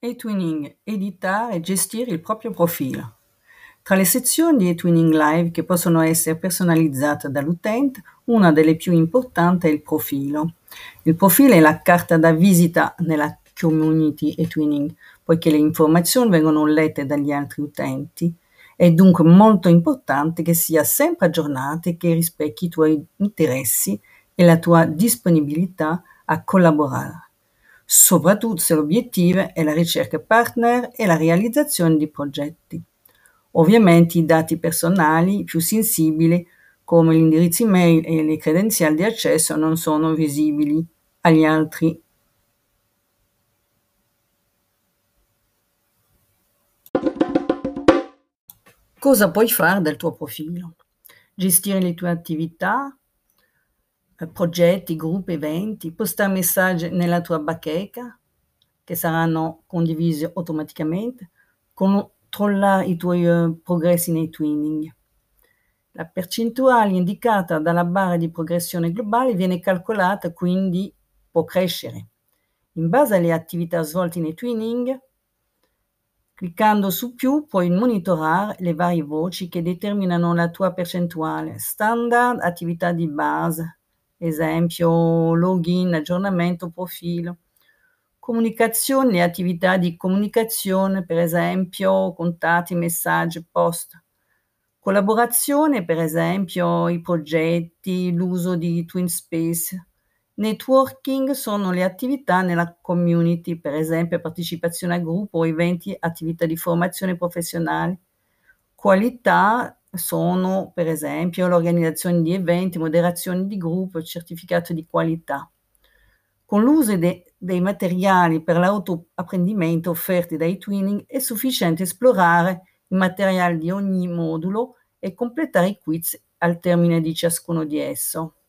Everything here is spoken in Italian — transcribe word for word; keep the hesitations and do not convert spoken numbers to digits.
eTwinning, editare e gestire il proprio profilo. Tra le sezioni di eTwinning Live che possono essere personalizzate dall'utente, una delle più importanti è il profilo. Il profilo è la carta da visita nella community eTwinning, poiché le informazioni vengono lette dagli altri utenti. È dunque molto importante che sia sempre aggiornato e che rispecchi i tuoi interessi e la tua disponibilità a collaborare, soprattutto se l'obiettivo è la ricerca partner e la realizzazione di progetti. Ovviamente i dati personali più sensibili, come l'indirizzo email e le credenziali di accesso, non sono visibili agli altri. Cosa puoi fare del tuo profilo? Gestire le tue attività, progetti, gruppi, eventi, postare messaggi nella tua bacheca che saranno condivisi automaticamente, controllare i tuoi uh, progressi nei twinning. La percentuale indicata dalla barra di progressione globale viene calcolata, quindi può crescere. In base alle attività svolte nei twinning, cliccando su più puoi monitorare le varie voci che determinano la tua percentuale. Standard, attività di base, esempio login, aggiornamento, profilo. Comunicazione, le attività di comunicazione, per esempio contatti, messaggi, post. Collaborazione, per esempio i progetti, l'uso di TwinSpace. Networking sono le attività nella community, per esempio partecipazione a gruppo, eventi, attività di formazione professionale. Qualità sono, per esempio, l'organizzazione di eventi, moderazione di gruppo, certificato di qualità. Con l'uso de- dei materiali per l'autoapprendimento offerti dai Twinning è sufficiente esplorare i materiali di ogni modulo e completare i quiz al termine di ciascuno di esso.